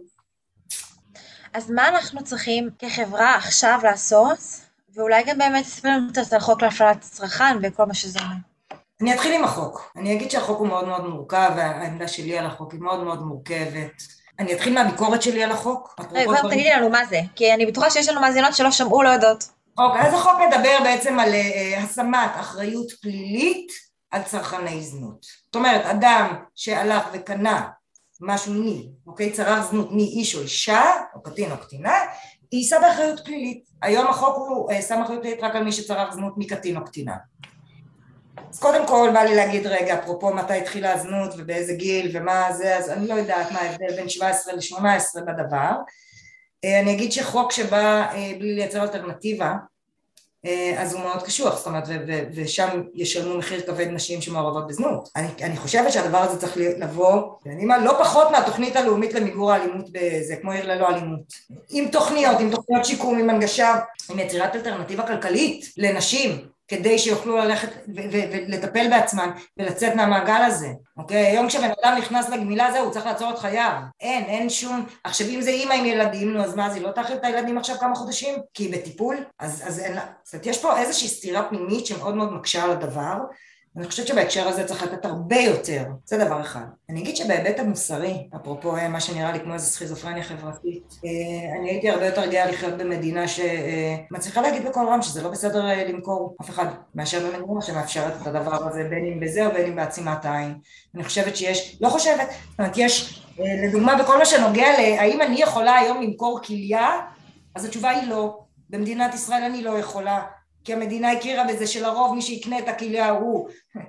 אז מה אנחנו צריכים כחברה עכשיו לעשות, ואולי גם באמת תספר לנו קצת על חוק להפללת צרכן וכל מה שזה אומר. אני אתחיל עם החוק. אני אגיד שהחוק הוא מאוד מאוד מורכב, והעמדה שלי על החוק היא מאוד מאוד מורכבת. אני אתחיל מהביקורת שלי על החוק. כבר תגידי לנו מה זה, כי אני בטוחה שיש לנו מאזינות שלא שמעו, לא יודעות. אוקיי, אז החוק מדבר בעצם על השמת אחריות פלילית על צרכני זנות. זאת אומרת, אדם שהלך וקנה משהו מי, אוקיי, צרך זנות מאיש או אישה, או קטין או קטינה, יישא באחריות פלילית. היום החוק הוא שם אחריות פלילית רק על מי שצרך זנות מקטין או קטינה. אז קודם כל בא לי להגיד רגע, אפרופו מתי התחילה הזנות ובאיזה גיל ומה זה, אז אני לא יודעת מה ההבדל בין שבע עשרה ל-שמונה עשרה בדבר. אני אגיד שחוק שבא בלי לייצר אלטרנטיבה, אז הוא מאוד קשוח, זאת אומרת, ושם ישלמו מחיר כבד נשים שמעורבות בזנות. אני, אני חושבת שהדבר הזה צריך לבוא, ואני מה, לא פחות מהתוכנית הלאומית למיגור האלימות בזה, כמו עיר ללא אלימות. עם תוכניות, עם תוכניות שיקום, עם הנגשה, עם יצירת אלטרנטיבה כלכלית לנשים, כדי שיוכלו ללכת ולטפל בעצמם ולצאת מהמעגל הזה. אוקיי? היום כשבן אדם נכנס לגמילה הזה, הוא צריך לעצור את חייו. אין, אין שום... עכשיו, אם זה אימא עם ילדים, נו, אז מה, אז היא לא תאכיל את הילדים עכשיו כמה חודשים? כי היא בטיפול? אז, אז אין לה... זאת אומרת, יש פה איזושהי סתירה פנימית שמאוד מאוד מקשה על הדבר, ואני חושבת שבהקשר הזה צריך לתת הרבה יותר. זה דבר אחד. אני אגיד שבהיבט המוסרי, אפרופו מה שנראה לי כמו איזו סכיזופרניה חברתית, אני הייתי הרבה יותר גאה לחיות במדינה שמצליחה להגיד בכל רם שזה לא בסדר למכור אף אחד, מאשר במדינה שמאפשרת את הדבר הזה, בין אם בזה או בין אם בעצימת העין. אני חושבת שיש, לא חושבת, זאת אומרת, יש, לדוגמה, בכל מה שנוגע להאם אני יכולה היום למכור כליה, אז התשובה היא לא. במדינת ישראל אני לא יכולה. כי המדינה הכירה בזה שלרוב מי שיקנה את הכליה הוא,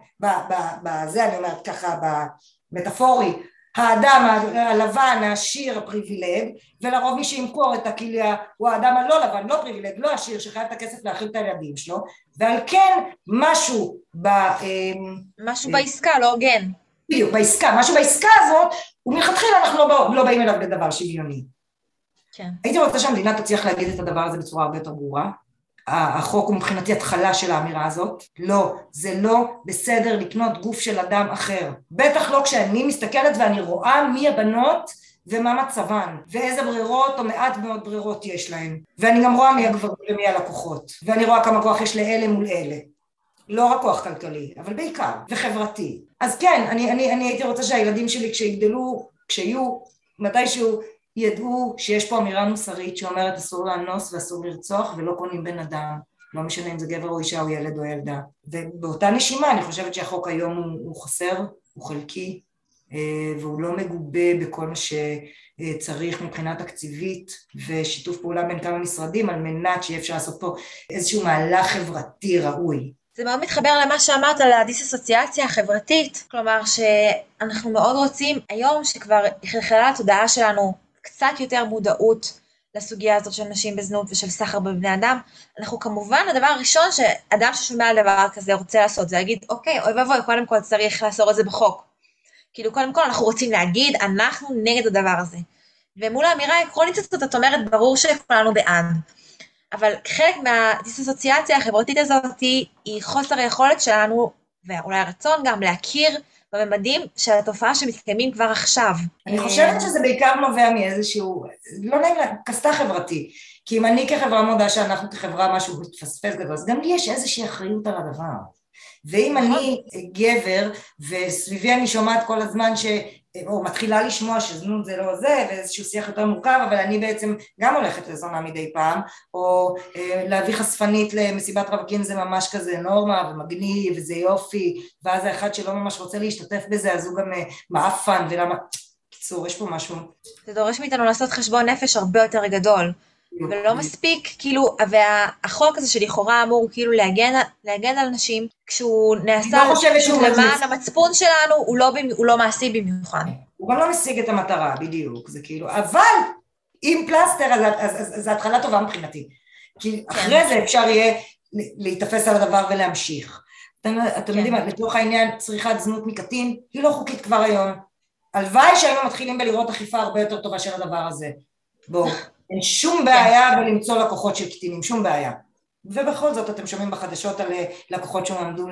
בזה אני אומרת ככה, במטאפורי, האדם הלבן, העשיר, הפריבילג, ולרוב מי שימכור את הכליה הוא האדם הלא לבן, לא פריבילג, לא עשיר, שחייב את הכסף להאכיל את הילדים שלו, ועל כן משהו ב... משהו בעסקה, לא הוגן. בדיוק, בעסקה, משהו בעסקה הזאת, ומלכתחילה אנחנו לא, לא באים אליו בדבר שוויוני. כן. הייתי רוצה שהמדינה תצליח להגיד את הדבר הזה בצורה הרבה יותר ברורה, החוק הוא מבחינתי התחלה של האמירה הזאת, לא, זה לא בסדר לקנות גוף של אדם אחר, בטח לא כשאני מסתכלת ואני רואה מי הבנות ומה מצבן, ואיזה ברירות או מעט מאוד ברירות יש להן, ואני גם רואה מי הגברים ומי הלקוחות, ואני רואה כמה כוח יש לאלה מול אלה, לא רק כוח כלכלי, אבל בעיקר, וחברתי. אז כן, אני, אני, אני הייתי רוצה שהילדים שלי כשיגדלו, כשיהיו, מתישהו, ידעו שיש פה אמירה מוסרית שאומרת אסור לאנוס ואסור לרצוח ולא קונים בן אדם, לא משנה אם זה גבר או אישה או ילד או ילדה. ובאותה נשימה אני חושבת שהחוק היום הוא, הוא חסר, הוא חלקי, והוא לא מגובה בכל מה שצריך מבחינה תקציבית ושיתוף פעולה בין כמה משרדים על מנת שיהיה אפשר לעשות פה איזשהו מהלך חברתי ראוי. זה מאוד מתחבר למה שאמרת על הדיסאסוציאציה החברתית, כלומר שאנחנו מאוד רוצים היום שכבר חלחלה לתודעה שלנו קצת יותר מודעות לסוגיה הזאת של נשים בזנות ושל סחר בבני אדם. אנחנו כמובן, הדבר הראשון שאדם ששומע על דבר כזה רוצה לעשות, זה להגיד, אוקיי, אוי ואבוי, קודם כל צריך לאסור את זה בחוק. כאילו, קודם כל אנחנו רוצים להגיד, אנחנו נגד הדבר הזה. ומול האמירה העקרונית הזאת, את אומרת, ברור שכולנו בעד. אבל חלק מהדיסאסוציאציה החברתית הזאת היא חוסר היכולת שלנו, ואולי הרצון גם להכיר בממדים של התופעה שמתקיימים כבר עכשיו. אני חושבת שזה בעיקר נובע מאיזשהו, לא נעים לה, כסתה חברתי, כי אם אני כחברה מודה שאנחנו כחברה משהו מתפספס גדול, אז גם לי יש איזושהי אחריות על הדבר. ואם אני גבר, וסביבי אני שומעת כל הזמן ש... או מתחילה לשמוע שזנות זה לא זה, ואיזשהו שיח יותר מורכב, אבל אני בעצם גם הולכת לזונה מדי פעם, או אה, להביא חשפנית למסיבת רווקים זה ממש כזה נורמה, ומגניב, וזה יופי, ואז האחד שלא ממש רוצה להשתתף בזה, אז הוא גם אה, מאפן, ולמה... קיצור, יש פה משהו. זה דורש מאיתנו לעשות חשבון נפש הרבה יותר גדול, ולא מספיק, כאילו, והחוק הזה שלכאורה אמור כאילו להגן, להגן על נשים, כשהוא נעשה למען המצפון שלנו, הוא לא, הוא לא מעשי במיוחד. הוא גם לא משיג את המטרה, בדיוק, זה כאילו, אבל עם פלסטר, אז, אז, אז, אז זה התחלה טובה מבחינתי, כי כן. אחרי זה אפשר יהיה להתאפס על הדבר ולהמשיך. אתם, אתם כן. יודעים, לתוך העניין צריכת זנות מקטין, היא לא חוקית כבר היום. הלוואי שהיינו מתחילים בלראות אכיפה הרבה יותר טובה של הדבר הזה. בואו. אין שום בעיה בלמצוא לקוחות של קטינים, שום בעיה. ובכל זאת אתם שומעים בחדשות על לקוחות שעמדו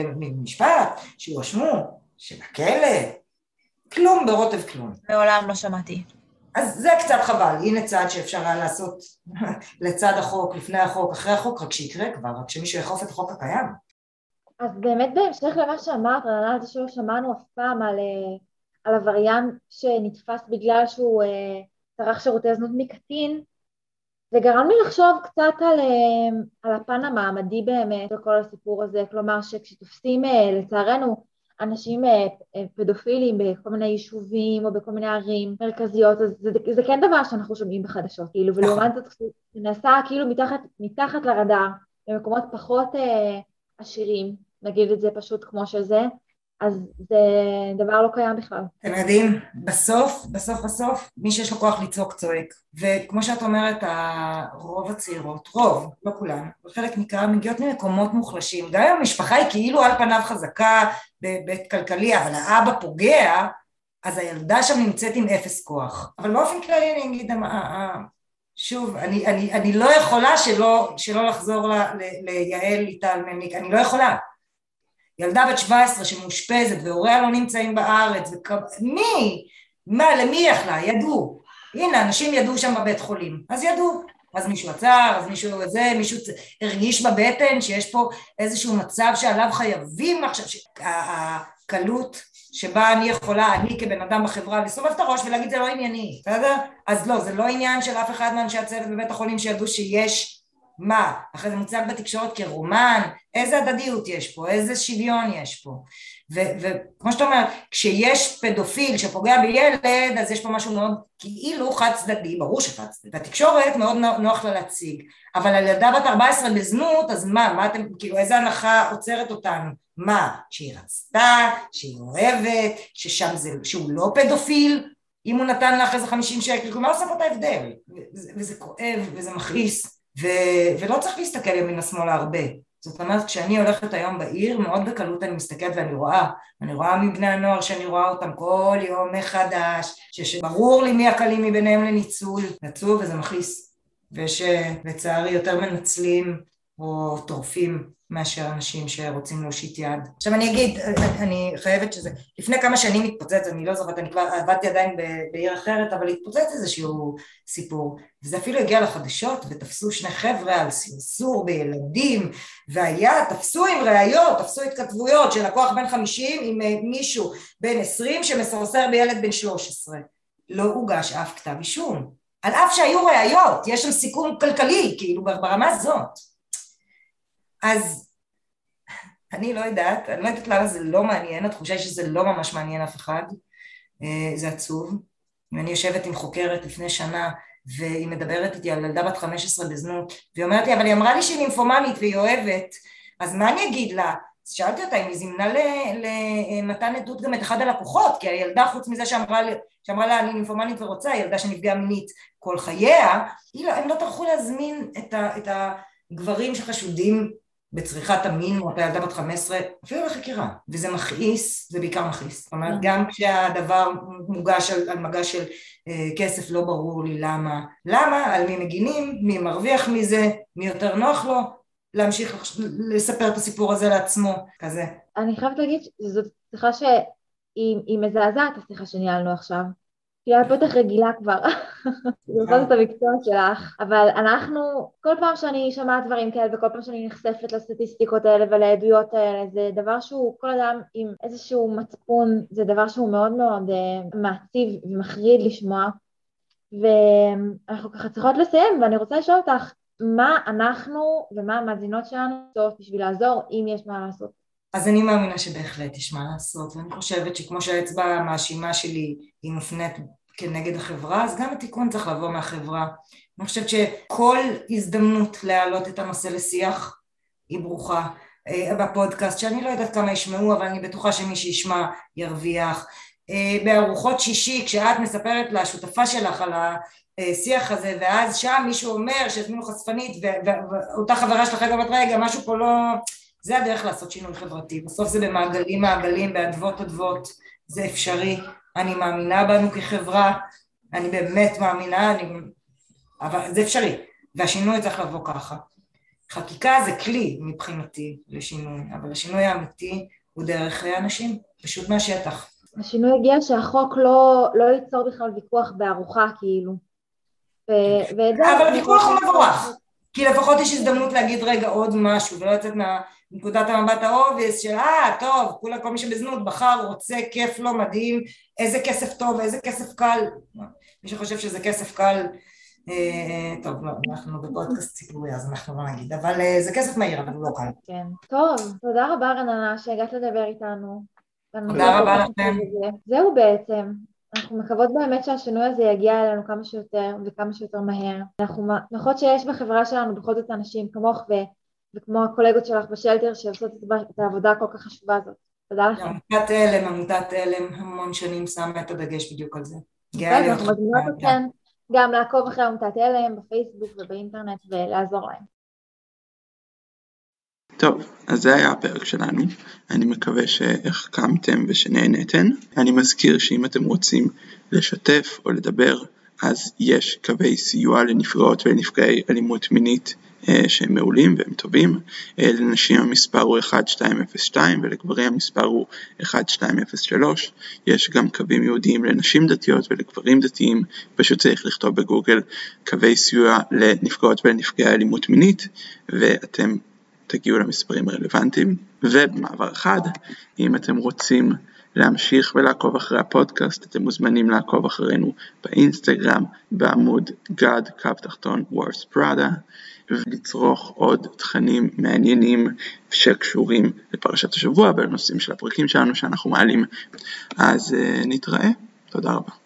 למשפט, שהואשמו, שבכלא, כלום ברוטב כלום. מעולם לא שמעתי. אז זה קצת חבל, הנה צעד שאפשר היה לעשות לצד החוק, לפני החוק, אחרי החוק, רק שיקרה כבר, רק שמישהו יחוף את החוק הקיים. אז באמת בהמשך למה שאמרת, על זה שלא שמענו אף פעם על על עבריין שנתפס בגלל שהוא צרך שירותי זנות מקטין, זה גרם לי לחשוב קצת על, על הפן המעמדי באמת בכל הסיפור הזה, כלומר שכשתופסים לצערנו אנשים פדופילים בכל מיני יישובים או בכל מיני ערים מרכזיות, אז זה, זה כן דבר שאנחנו שומעים בחדשות, כאילו, ולעומת זאת זה נעשה כאילו מתחת, מתחת לרדאר, במקומות פחות אה, עשירים, נגיד את זה פשוט כמו שזה, אז זה דבר לא קיים בכלל. אתם יודעים, בסוף, בסוף, בסוף, מי שיש לו כוח לצעוק צועק. וכמו שאת אומרת, הרוב הצעירות, רוב, לא כולן, בחלק ניכר, מגיעות ממקומות מוחלשים. גם אם המשפחה היא כאילו על פניו חזקה בבית כלכלי, אבל האבא פוגע, אז הילדה שם נמצאת עם אפס כוח. אבל באופן כללי אני אגיד, שוב, אני, אני, אני לא יכולה שלא, שלא לחזור ל, ל, ליעל ליטל מלניק, אני לא יכולה. ילדה בת שבע עשרה שמאושפזת והוריה לא נמצאים בארץ, וכ... מי? מה, למי יכלה? ידעו. הנה, אנשים ידעו שם בבית חולים, אז ידעו. אז מישהו עצר, אז מישהו זה, מישהו הרגיש בבטן שיש פה איזשהו מצב שעליו חייבים עכשיו, הקלות שבה אני יכולה, אני כבן אדם בחברה, לסובב את הראש ולהגיד זה לא ענייני, בסדר? אז לא, זה לא עניין של אף אחד מאנשי הצוות בבית החולים שידעו שיש מה, אחרי זה מוצג בתקשורת כרומן, איזה הדדיות יש פה, איזה שוויון יש פה, וכמו שאתה אומר, כשיש פדופיל שפוגע בילד, אז יש פה משהו מאוד כאילו חד צדדי, ברור שחד צדדי, והתקשורת מאוד נוח לה להציג, אבל על ילדה בת ארבע עשרה בזנות, אז מה, מה אתם, כאילו איזה הנחה עוצרת אותנו, מה, שהיא רצתה, שהיא אוהבת, ששם זה, שהוא לא פדופיל, אם הוא נתן לה אחרי זה חמישים שקל, מה עושה פה את ההבדל, וזה, וזה כואב, וזה מכעיס, ו- ולא צריך להסתכל ימין השמאלה הרבה. זאת אומרת, כשאני הולכת היום בעיר, מאוד בקלות אני מסתכלת ואני רואה, אני רואה מבני הנוער שאני רואה אותם כל יום מחדש, שברור לי מי הקלים מביניהם לניצול, נצול וזה מכעיס, ושלצערי יותר מנצלים או טורפים מאשר אנשים שרוצים להושיט יד. עכשיו אני אגיד, אני חייבת שזה, לפני כמה שנים התפוצץ, אני לא זוכרת, אני כבר עבדתי עדיין בעיר אחרת, אבל התפוצץ איזשהו סיפור, וזה אפילו הגיע לחדשות, ותפסו שני חבר'ה על סרסור בילדים, והיה, תפסו עם ראיות, תפסו התכתבויות של לקוח בן חמישים עם מישהו בן עשרים שמסרסר בילד בן שלוש עשרה. לא הוגש אף כתב אישום, על אף שהיו ראיות, יש שם סיכון כלכלי, כאילו ברמה הזאת. אז אני לא יודעת, אני לא יודעת למה זה לא מעניין, התחושה היא שזה לא ממש מעניין אף אחד, זה עצוב. אם אני יושבת עם חוקרת לפני שנה, והיא מדברת איתי על ילדה בת חמש עשרה בזנות, והיא אומרת לי, אבל היא אמרה לי שהיא נימפומנית והיא אוהבת, אז מה אני אגיד לה? אז שאלתי אותה אם היא זימנה למתן עדות גם את אחד הלקוחות, כי הילדה חוץ מזה שאמרה, שאמרה לה אני נימפומנית ורוצה, ילדה שנפגעה מינית כל חייה, לא, הם לא טרחו להזמין את, ה, את הגברים שחשודים בצריכת המין או הילדה בת חמש עשרה, אפילו לחקירה, וזה מכעיס, זה בעיקר מכעיס, זאת אומרת, גם כשהדבר מוגש על, על מגש של אה, כסף, לא ברור לי למה, למה, על מי מגינים, מי מרוויח מזה, מי יותר נוח לו, להמשיך לספר את הסיפור הזה לעצמו, כזה. אני חייבת להגיד שזאת שיחה שהיא מזעזעת, השיחה שניהלנו עכשיו, כי את בטח רגילה כבר, זאת את המקצוע שלך, אבל אנחנו, כל פעם שאני שומעת דברים כאלה, וכל פעם שאני נחשפת לסטטיסטיקות האלה ולעדויות האלה, זה דבר שהוא, כל אדם עם איזשהו מצפון, זה דבר שהוא מאוד מאוד מעציב ומחריד לשמוע, ואנחנו ככה צריכות לסיים, ואני רוצה לשאול אותך, מה אנחנו ומה המאזינות שלנו עושות בשביל לעזור, אם יש מה לעשות? אז אני מאמינה שבהחלט יש מה לעשות, ואני חושבת שכמו שהאצבע המאשימה שלי היא מופנית כנגד החברה, אז גם התיקון צריך לבוא מהחברה. אני חושבת שכל הזדמנות להעלות את הנושא לשיח היא ברוכה. בפודקאסט, שאני לא יודעת כמה ישמעו, אבל אני בטוחה שמי שישמע ירוויח. בארוחות שישי, כשאת מספרת לשותפה שלך על השיח הזה, ואז שם מישהו אומר שהזמינו חשפנית, ואותה חברה שלך רגע בת רגע, משהו פה לא... זה הדרך לעשות שינוי חברתי. בסוף זה במעגלים מעגלים, באדוות אדוות, זה אפשרי. אני מאמינה בנו כחברה, אני באמת מאמינה, אני... אבל זה אפשרי, והשינוי צריך לבוא ככה. חקיקה זה כלי מבחינתי לשינוי, אבל השינוי האמיתי הוא דרך אנשים, פשוט מהשטח. השינוי הגיע שהחוק לא, לא ייצור בכלל ויכוח בארוחה כאילו. ו... אבל ויכוח הוא מבורך. כי לפחות יש הזדמנות להגיד רגע עוד משהו, ולא לצאת מנקודת המבט האובייס של אה, טוב, כולה, כל מי שבזנות בחר, רוצה, כיף לו, מדהים, איזה כסף טוב, איזה כסף קל. מי שחושב שזה כסף קל, אה, טוב, לא, אנחנו בפודקאסט ציבורי, אז אנחנו לא נגיד, אבל אה, זה כסף מהיר, אבל הוא לא קל. כן. טוב, תודה רבה רננה שהגעת לדבר איתנו. תודה רבה לכם. זהו בעצם. אנחנו מקוות באמת שהשינוי הזה יגיע אלינו כמה שיותר וכמה שיותר מהר. אנחנו שמחות שיש בחברה שלנו בכל זאת אנשים כמוך ו... וכמו הקולגות שלך בשלטר שעושות את העבודה הכל כך חשובה הזאת. תודה לכם. עמותת אלם, עמותת אלם המון שנים שמה את הדגש בדיוק על זה. אנחנו מזמינות אתכן גם לעקוב אחרי עמותת אלם בפייסבוק ובאינטרנט ולעזור להם. טוב, אז זה היה הפרק שלנו. אני מקווה שהחכמתם ושנהנתן. אני מזכיר שאם אתם רוצים לשתף או לדבר, אז יש קווי סיוע לנפגעות ולנפגעי אלימות מינית שהם מעולים והם טובים. לנשים המספר הוא אחת שתיים אפס שתיים ולגברים המספר הוא אחת שתיים אפס שלוש. יש גם קווים ייעודיים לנשים דתיות ולגברים דתיים, פשוט צריך לכתוב בגוגל קווי סיוע לנפגעות ולנפגעי אלימות מינית ואתם תגיעו למספרים רלוונטיים. ובמעבר אחד, אם אתם רוצים להמשיך ולעקוב אחרי הפודקאסט, אתם מוזמנים לעקוב אחרינו באינסטגרם, בעמוד גד קו תחתון וורס פראדה, ולצרוך עוד תכנים מעניינים שקשורים לפרשת השבוע ולנושאים של הפרקים שלנו שאנחנו מעלים. אז נתראה, תודה רבה.